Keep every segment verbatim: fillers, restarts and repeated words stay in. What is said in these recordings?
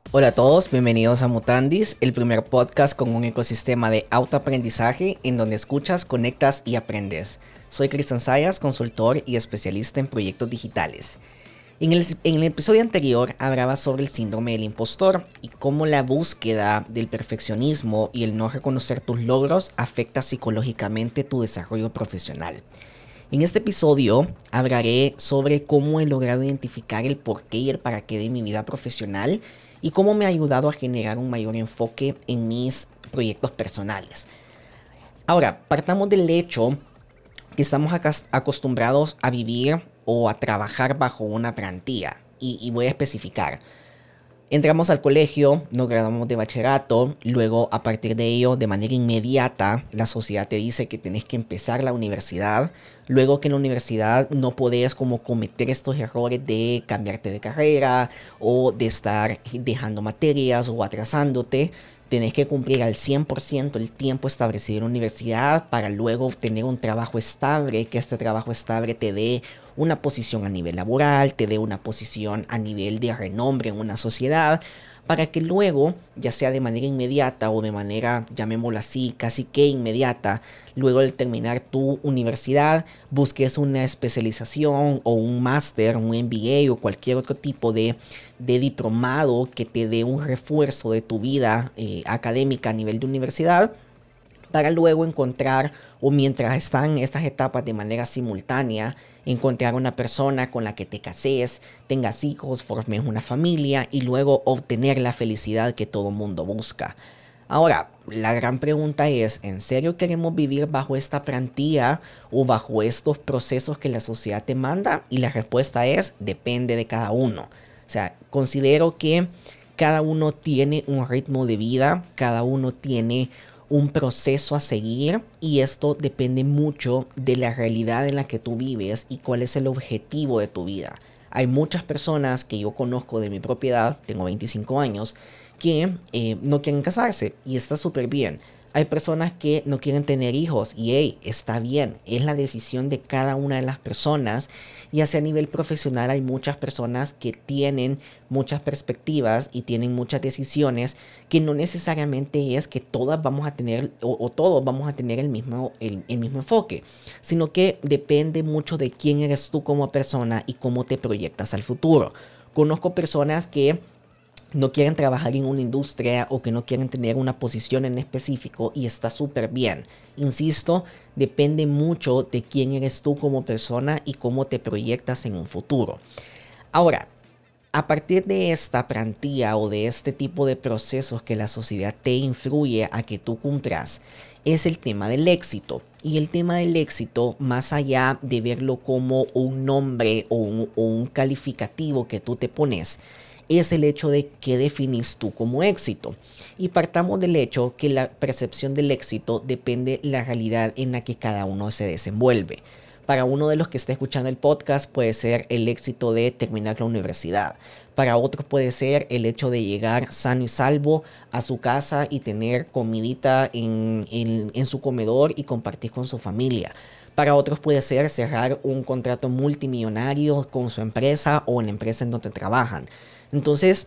Hola a todos, bienvenidos a Mutandis, el primer podcast con un ecosistema de autoaprendizaje en donde escuchas, conectas y aprendes. Soy Cristian Sayas, consultor y especialista en proyectos digitales. En el, en el episodio anterior hablaba sobre el síndrome del impostor y cómo la búsqueda del perfeccionismo y el no reconocer tus logros afecta psicológicamente tu desarrollo profesional. En este episodio hablaré sobre cómo he logrado identificar el porqué y el para qué de mi vida profesional y cómo me ha ayudado a generar un mayor enfoque en mis proyectos personales. Ahora, partamos del hecho que estamos acostumbrados a vivir o a trabajar bajo una plantilla. Y, y voy a especificar. Entramos al colegio, nos graduamos de bachillerato, luego a partir de ello, de manera inmediata, la sociedad te dice que tenés que empezar la universidad, luego que en la universidad no podés como cometer estos errores de cambiarte de carrera o de estar dejando materias o atrasándote. Tenés que cumplir al cien por ciento el tiempo establecido en la universidad para luego obtener un trabajo estable, que este trabajo estable te dé una posición a nivel laboral, te dé una posición a nivel de renombre en una sociedad, para que luego, ya sea de manera inmediata o de manera, llamémoslo así, casi que inmediata, luego de terminar tu universidad, busques una especialización o un máster, un M B A o cualquier otro tipo de, de diplomado que te dé un refuerzo de tu vida eh, académica a nivel de universidad, para luego encontrar, o mientras están estas etapas de manera simultánea, encontrar una persona con la que te cases, tengas hijos, formes una familia y luego obtener la felicidad que todo mundo busca. Ahora, la gran pregunta es, ¿en serio queremos vivir bajo esta plantilla o bajo estos procesos que la sociedad te manda? Y la respuesta es, depende de cada uno. O sea, considero que cada uno tiene un ritmo de vida, cada uno tiene un proceso a seguir y esto depende mucho de la realidad en la que tú vives y cuál es el objetivo de tu vida. Hay muchas personas que yo conozco de mi propiedad, tengo veinticinco años, que eh, no quieren casarse y está súper bien. Hay personas que no quieren tener hijos y hey, está bien, es la decisión de cada una de las personas. Y hacia a nivel profesional hay muchas personas que tienen muchas perspectivas y tienen muchas decisiones que no necesariamente es que todas vamos a tener o, o todos vamos a tener el mismo, el, el mismo enfoque, sino que depende mucho de quién eres tú como persona y cómo te proyectas al futuro. Conozco personas que no quieren trabajar en una industria o que no quieren tener una posición en específico y está súper bien. Insisto, depende mucho de quién eres tú como persona y cómo te proyectas en un futuro. Ahora, a partir de esta plantilla o de este tipo de procesos que la sociedad te influye a que tú cumplas, es el tema del éxito. Y el tema del éxito, más allá de verlo como un nombre o un, o un calificativo que tú te pones, es el hecho de qué definís tú como éxito. Y partamos del hecho que la percepción del éxito depende de la realidad en la que cada uno se desenvuelve. Para uno de los que está escuchando el podcast puede ser el éxito de terminar la universidad. Para otro puede ser el hecho de llegar sano y salvo a su casa y tener comidita en, en, en su comedor y compartir con su familia. Para otros puede ser cerrar un contrato multimillonario con su empresa o en la empresa en donde trabajan. Entonces,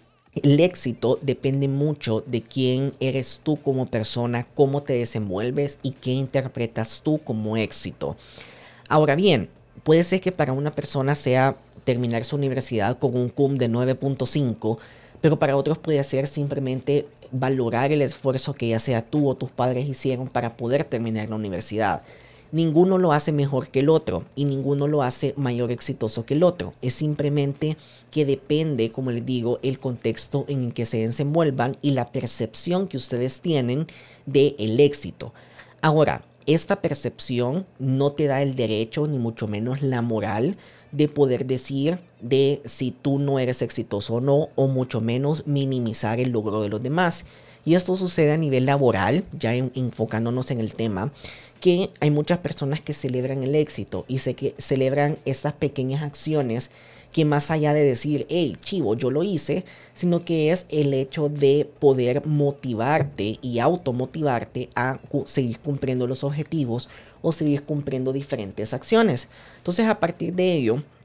el éxito depende mucho de quién eres tú como persona, cómo te desenvuelves y qué interpretas tú como éxito. Ahora bien, puede ser que para una persona sea terminar su universidad con un C U M de nueve punto cinco, pero para otros puede ser simplemente valorar el esfuerzo que ya sea tú o tus padres hicieron para poder terminar la universidad. Ninguno lo hace mejor que el otro y ninguno lo hace mayor exitoso que el otro. Es simplemente que depende, como les digo, el contexto en el que se desenvuelvan y la percepción que ustedes tienen del éxito. Ahora, esta percepción no te da el derecho, ni mucho menos la moral, de poder decir de si tú no eres exitoso o no, o mucho menos minimizar el logro de los demás. Y esto sucede a nivel laboral, ya en, enfocándonos en el tema, que hay muchas personas que celebran el éxito y sé que celebran estas pequeñas acciones que más allá de decir, hey, chivo, yo lo hice, sino que es el hecho de poder motivarte y automotivarte a cu- seguir cumpliendo los objetivos o seguir cumpliendo diferentes acciones. Entonces, a partir de ello,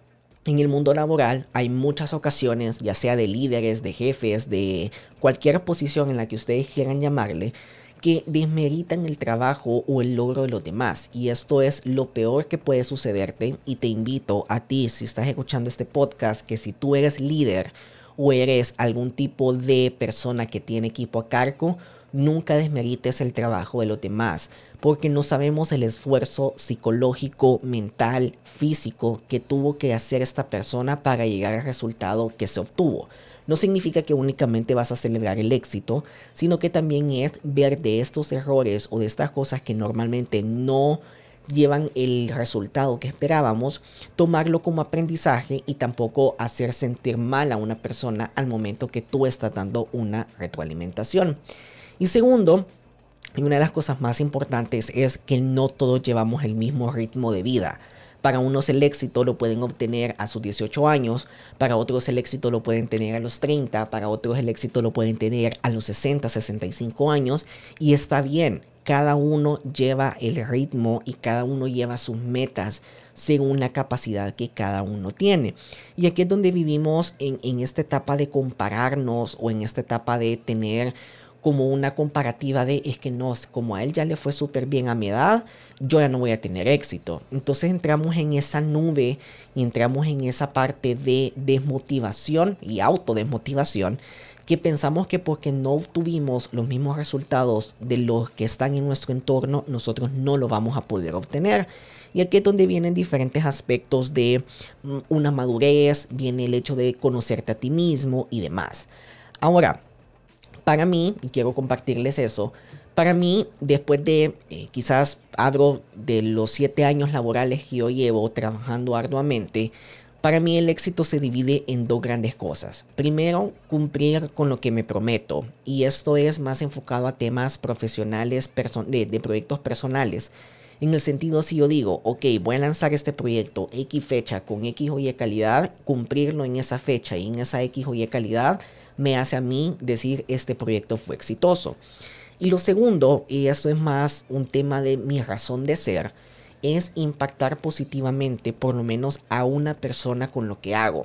En el mundo laboral hay muchas ocasiones, ya sea de líderes, de jefes, de cualquier posición en la que ustedes quieran llamarle, que desmeritan el trabajo o el logro de los demás. Y esto es lo peor que puede sucederte. Y te invito a ti, si estás escuchando este podcast, que si tú eres líder o eres algún tipo de persona que tiene equipo a cargo, nunca desmerites el trabajo de los demás, porque no sabemos el esfuerzo psicológico, mental, físico que tuvo que hacer esta persona para llegar al resultado que se obtuvo. No significa que únicamente vas a celebrar el éxito, sino que también es ver de estos errores o de estas cosas que normalmente no llevan el resultado que esperábamos, tomarlo como aprendizaje y tampoco hacer sentir mal a una persona al momento que tú estás dando una retroalimentación. Y segundo, y una de las cosas más importantes es que no todos llevamos el mismo ritmo de vida. Para unos el éxito lo pueden obtener a sus dieciocho años, para otros el éxito lo pueden tener a los treinta, para otros el éxito lo pueden tener a los sesenta, sesenta y cinco años, y está bien. Cada uno lleva el ritmo y cada uno lleva sus metas según la capacidad que cada uno tiene. Y aquí es donde vivimos en, en esta etapa de compararnos o en esta etapa de tener como una comparativa de es que no, como a él ya le fue súper bien a mi edad, yo ya no voy a tener éxito. Entonces entramos en esa nube y entramos en esa parte de desmotivación y autodesmotivación, que pensamos que porque no obtuvimos los mismos resultados de los que están en nuestro entorno, nosotros no lo vamos a poder obtener. Y aquí es donde vienen diferentes aspectos de una madurez, viene el hecho de conocerte a ti mismo y demás. Ahora, para mí, y quiero compartirles eso, para mí, después de, eh, quizás hablo de los siete años laborales que yo llevo trabajando arduamente, para mí el éxito se divide en dos grandes cosas. Primero, cumplir con lo que me prometo, y esto es más enfocado a temas profesionales, perso- de, de proyectos personales. En el sentido, si yo digo, ok, voy a lanzar este proyecto X fecha con X o Y calidad, cumplirlo en esa fecha y en esa X o Y calidad, me hace a mí decir este proyecto fue exitoso. Y lo segundo, y esto es más un tema de mi razón de ser, es impactar positivamente por lo menos a una persona con lo que hago.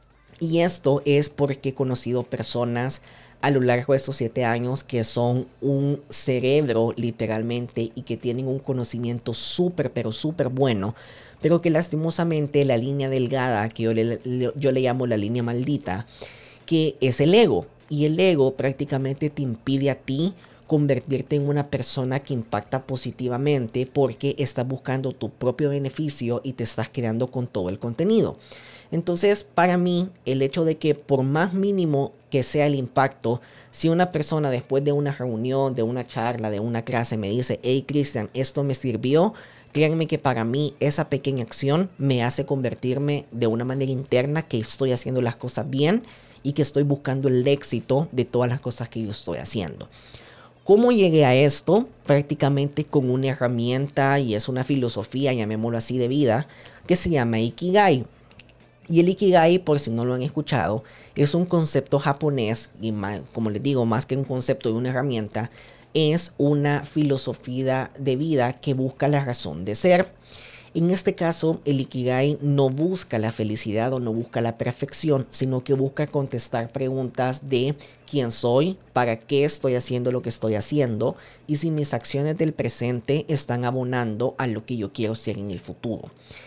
Y esto es porque he conocido personas a lo largo de estos siete años que son un cerebro literalmente y que tienen un conocimiento súper pero súper bueno, pero que lastimosamente la línea delgada, que yo le, le, yo le llamo la línea maldita, que es el ego. Y el ego prácticamente te impide a ti convertirte en una persona que impacta positivamente porque estás buscando tu propio beneficio y te estás quedando con todo el contenido. Entonces, para mí, el hecho de que por más mínimo que sea el impacto, si una persona después de una reunión, de una charla, de una clase me dice, hey Cristian, esto me sirvió, créanme que para mí esa pequeña acción me hace convertirme de una manera interna que estoy haciendo las cosas bien y que estoy buscando el éxito de todas las cosas que yo estoy haciendo. ¿Cómo llegué a esto? Prácticamente con una herramienta y es una filosofía, llamémoslo así, de vida, que se llama Ikigai. Y el Ikigai, por si no lo han escuchado, es un concepto japonés, y más, como les digo, más que un concepto de una herramienta, es una filosofía de vida que busca la razón de ser. En este caso, el Ikigai no busca la felicidad o no busca la perfección, sino que busca contestar preguntas de quién soy, para qué estoy haciendo lo que estoy haciendo y si mis acciones del presente están abonando a lo que yo quiero ser en el futuro.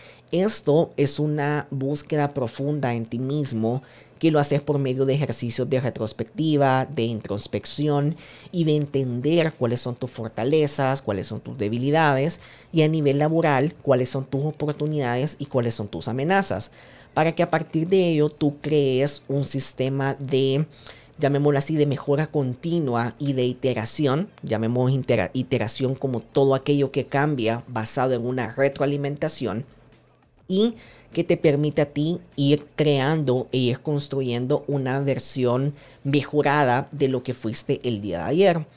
Esto es una búsqueda profunda en ti mismo que lo haces por medio de ejercicios de retrospectiva, de introspección y de entender cuáles son tus fortalezas, cuáles son tus debilidades y a nivel laboral cuáles son tus oportunidades y cuáles son tus amenazas, para que a partir de ello tú crees un sistema de, llamémoslo así, de mejora continua y de iteración, llamémoslo iteración como todo aquello que cambia basado en una retroalimentación y que te permite a ti ir creando e ir construyendo una versión mejorada de lo que fuiste el día de ayer.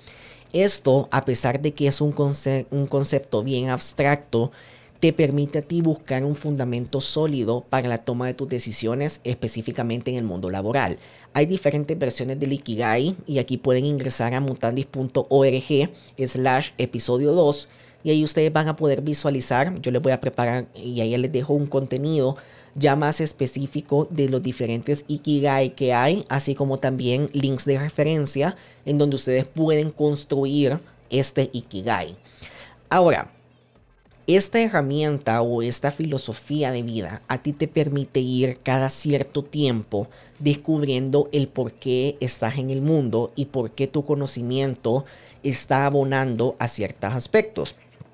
Esto, a pesar de que es un, conce- un concepto bien abstracto, te permite a ti buscar un fundamento sólido para la toma de tus decisiones, específicamente en el mundo laboral. Hay diferentes versiones del Ikigai y aquí pueden ingresar a mutandis punto org slash episodio dos y ahí ustedes van a poder visualizar. Yo les voy a preparar y ahí les dejo un contenido ya más específico de los diferentes Ikigai que hay, así como también links de referencia en donde ustedes pueden construir este Ikigai. Ahora, esta herramienta o esta filosofía de vida a ti te permite ir cada cierto tiempo descubriendo el por qué estás en el mundo y por qué tu conocimiento está abonando a ciertos aspectos.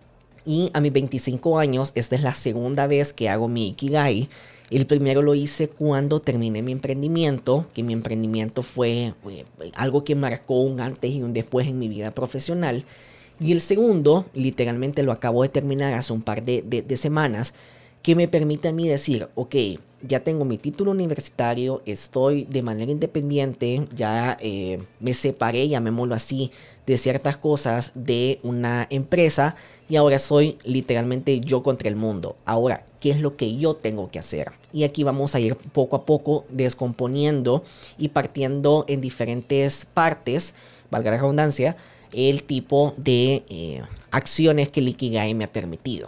Y a mis veinticinco años, esta es la segunda vez que hago mi Ikigai. El primero lo hice cuando terminé mi emprendimiento, que mi emprendimiento fue eh, algo que marcó un antes y un después en mi vida profesional. Y el segundo, literalmente lo acabo de terminar hace un par de, de, de semanas, que me permite a mí decir, ok, ya tengo mi título universitario, estoy de manera independiente, ya eh, me separé, llamémoslo así, de ciertas cosas de una empresa y ahora soy literalmente yo contra el mundo. Ahora, ¿qué es lo que yo tengo que hacer? Y aquí vamos a ir poco a poco descomponiendo y partiendo en diferentes partes, valga la redundancia, el tipo de eh, acciones que el Ikigai me ha permitido.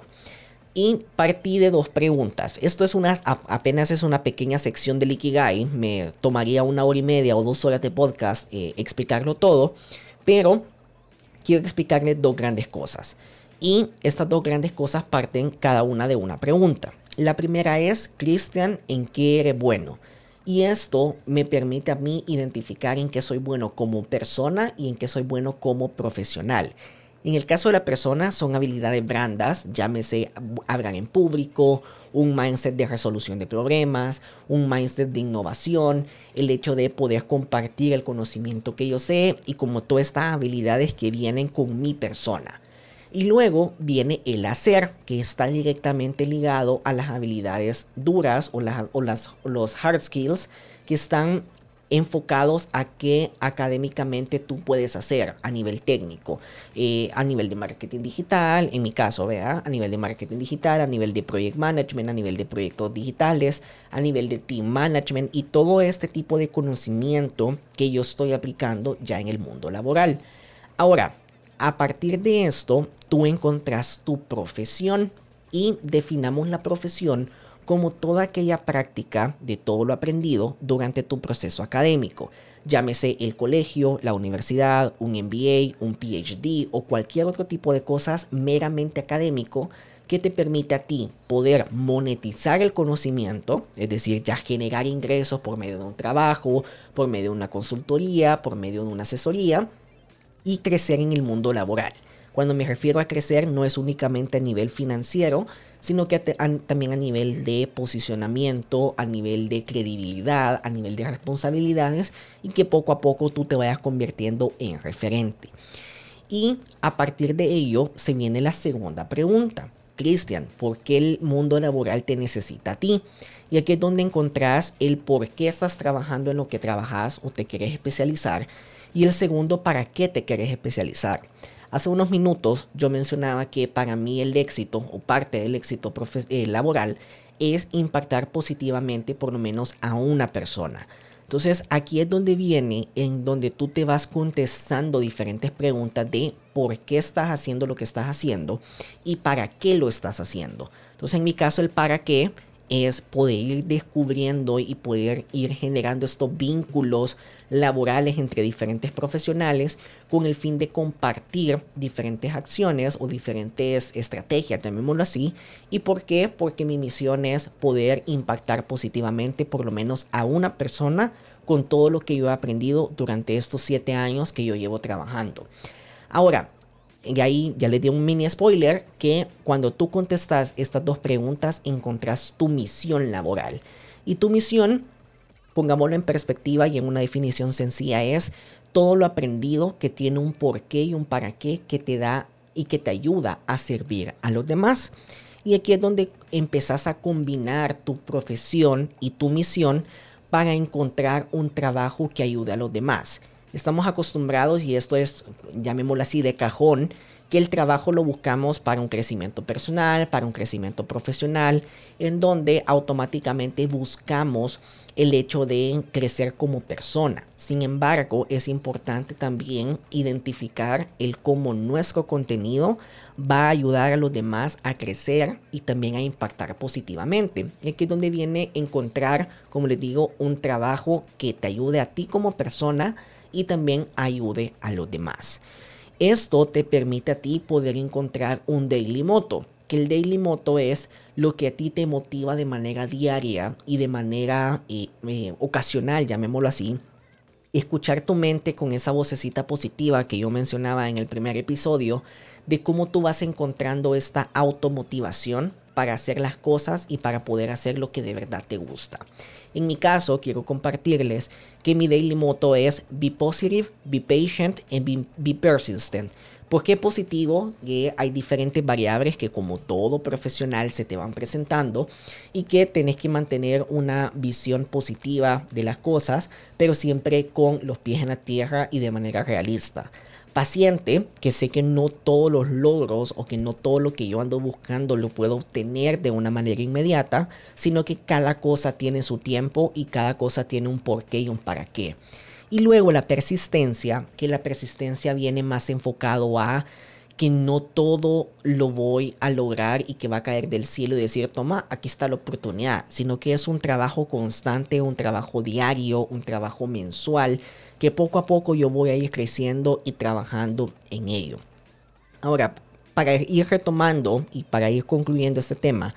Y partí de dos preguntas. Esto es una, apenas es una pequeña sección del Ikigai. Me tomaría una hora y media o dos horas de podcast eh, explicarlo todo. Pero quiero explicarles dos grandes cosas. Y estas dos grandes cosas parten cada una de una pregunta. La primera es, Cristian, ¿en qué eres bueno? Y esto me permite a mí identificar en qué soy bueno como persona y en qué soy bueno como profesional. En el caso de la persona son habilidades blandas, llámese hablar en público, un mindset de resolución de problemas, un mindset de innovación, el hecho de poder compartir el conocimiento que yo sé y como todas estas habilidades que vienen con mi persona. Y luego viene el hacer, que está directamente ligado a las habilidades duras o, las, o, las, o los hard skills que están enfocados a qué académicamente tú puedes hacer a nivel técnico, eh, a nivel de marketing digital, en mi caso, ¿verdad? A nivel de marketing digital, a nivel de project management, a nivel de proyectos digitales, a nivel de team management y todo este tipo de conocimiento que yo estoy aplicando ya en el mundo laboral. Ahora, a partir de esto, tú encontrás tu profesión y definamos la profesión como toda aquella práctica de todo lo aprendido durante tu proceso académico. Llámese el colegio, la universidad, un M B A, un P H D o cualquier otro tipo de cosas meramente académico que te permite a ti poder monetizar el conocimiento, es decir, ya generar ingresos por medio de un trabajo, por medio de una consultoría, por medio de una asesoría y crecer en el mundo laboral. Cuando me refiero a crecer no es únicamente a nivel financiero, sino que a te, a, también a nivel de posicionamiento, a nivel de credibilidad, a nivel de responsabilidades y que poco a poco tú te vayas convirtiendo en referente. Y a partir de ello se viene la segunda pregunta. Cristian, ¿por qué el mundo laboral te necesita a ti? Y aquí es donde encontrás el por qué estás trabajando en lo que trabajas o te quieres especializar. Y el segundo, ¿para qué te quieres especializar? Hace unos minutos yo mencionaba que para mí el éxito o parte del éxito eh, laboral es impactar positivamente por lo menos a una persona. Entonces aquí es donde viene, en donde tú te vas contestando diferentes preguntas de por qué estás haciendo lo que estás haciendo y para qué lo estás haciendo. Entonces en mi caso el para qué es poder ir descubriendo y poder ir generando estos vínculos laborales entre diferentes profesionales con el fin de compartir diferentes acciones o diferentes estrategias, llamémoslo así. ¿Y por qué? Porque mi misión es poder impactar positivamente por lo menos a una persona con todo lo que yo he aprendido durante estos siete años que yo llevo trabajando. Ahora, y ahí ya les di un mini spoiler que cuando tú contestas estas dos preguntas encontrás tu misión laboral. Y tu misión, pongámoslo en perspectiva y en una definición sencilla, es todo lo aprendido que tiene un porqué y un para qué que te da y que te ayuda a servir a los demás. Y aquí es donde empezás a combinar tu profesión y tu misión para encontrar un trabajo que ayude a los demás. Estamos acostumbrados, y esto es, llamémoslo así, de cajón, que el trabajo lo buscamos para un crecimiento personal, para un crecimiento profesional, en donde automáticamente buscamos el hecho de crecer como persona. Sin embargo, es importante también identificar el cómo nuestro contenido va a ayudar a los demás a crecer y también a impactar positivamente. Y aquí es donde viene encontrar, como les digo, un trabajo que te ayude a ti como persona y también ayude a los demás. Esto te permite a ti poder encontrar un daily motto, que el daily motto es lo que a ti te motiva de manera diaria y de manera eh, eh, ocasional, llamémoslo así. Escuchar tu mente con esa vocecita positiva que yo mencionaba en el primer episodio, de cómo tú vas encontrando esta automotivación para hacer las cosas y para poder hacer lo que de verdad te gusta. En mi caso, quiero compartirles que mi daily motto es Be positive, be patient and be, be persistent. ¿Por qué positivo? Que hay diferentes variables que como todo profesional se te van presentando y que tenés que mantener una visión positiva de las cosas, pero siempre con los pies en la tierra y de manera realista. Paciente, que sé que no todos los logros o que no todo lo que yo ando buscando lo puedo obtener de una manera inmediata, sino que cada cosa tiene su tiempo y cada cosa tiene un porqué y un para qué. Y luego la persistencia, que la persistencia viene más enfocado a que no todo lo voy a lograr y que va a caer del cielo y decir, toma, aquí está la oportunidad, sino que es un trabajo constante, un trabajo diario, un trabajo mensual, que poco a poco yo voy a ir creciendo y trabajando en ello. Ahora, para ir retomando y para ir concluyendo este tema,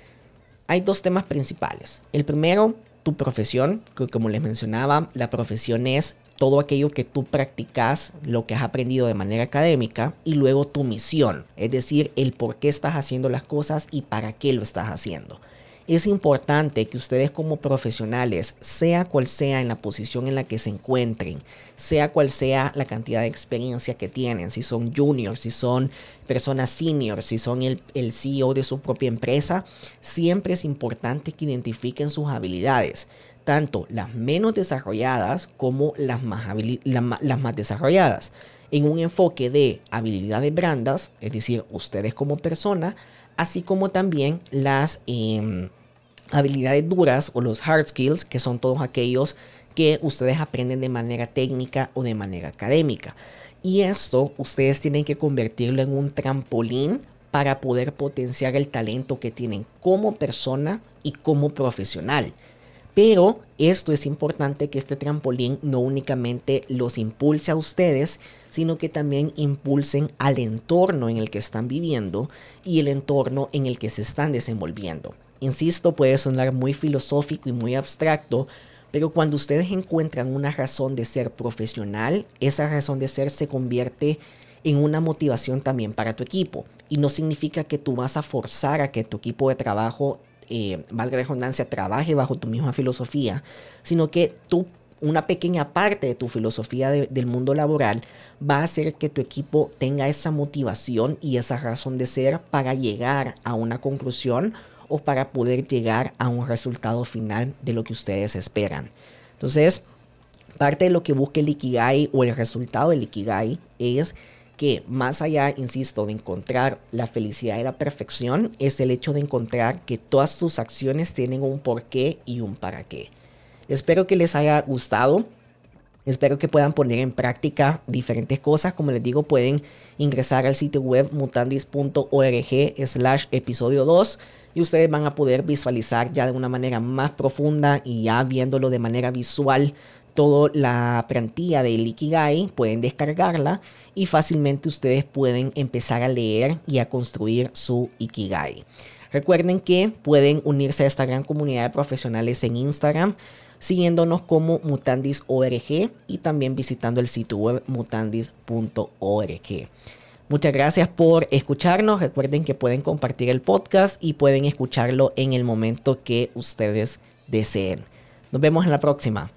hay dos temas principales. El primero, tu profesión, que como les mencionaba, la profesión es todo aquello que tú practicas, lo que has aprendido de manera académica, y luego tu misión, es decir, el por qué estás haciendo las cosas y para qué lo estás haciendo. Es importante que ustedes como profesionales, sea cual sea en la posición en la que se encuentren, sea cual sea la cantidad de experiencia que tienen, si son juniors, si son personas seniors, si son el, el C E O de su propia empresa, siempre es importante que identifiquen sus habilidades, tanto las menos desarrolladas como las más, habili- la, las más desarrolladas, en un enfoque de habilidades blandas, es decir, ustedes como persona, así como también las eh, habilidades duras o los hard skills, que son todos aquellos que ustedes aprenden de manera técnica o de manera académica. Y esto ustedes tienen que convertirlo en un trampolín para poder potenciar el talento que tienen como persona y como profesional. Pero esto es importante, que este trampolín no únicamente los impulse a ustedes, sino que también impulsen al entorno en el que están viviendo y el entorno en el que se están desenvolviendo. Insisto, puede sonar muy filosófico y muy abstracto, pero cuando ustedes encuentran una razón de ser profesional, esa razón de ser se convierte en una motivación también para tu equipo. Y no significa que tú vas a forzar a que tu equipo de trabajo Eh, valga la redundancia, trabaje bajo tu misma filosofía, sino que tú, una pequeña parte de tu filosofía de, del mundo laboral va a hacer que tu equipo tenga esa motivación y esa razón de ser para llegar a una conclusión o para poder llegar a un resultado final de lo que ustedes esperan. Entonces, parte de lo que busca el Ikigai o el resultado del Ikigai es que más allá, insisto, de encontrar la felicidad y la perfección, es el hecho de encontrar que todas tus acciones tienen un porqué y un para qué. Espero que les haya gustado. Espero que puedan poner en práctica diferentes cosas. Como les digo, pueden ingresar al sitio web mutandis punto org slash episodio dos y ustedes van a poder visualizar ya de una manera más profunda y ya viéndolo de manera visual toda la plantilla del Ikigai. Pueden descargarla y fácilmente ustedes pueden empezar a leer y a construir su Ikigai. Recuerden que pueden unirse a esta gran comunidad de profesionales en Instagram, siguiéndonos como Mutandis punto org y también visitando el sitio web mutandis punto org. Muchas gracias por escucharnos. Recuerden que pueden compartir el podcast y pueden escucharlo en el momento que ustedes deseen. Nos vemos en la próxima.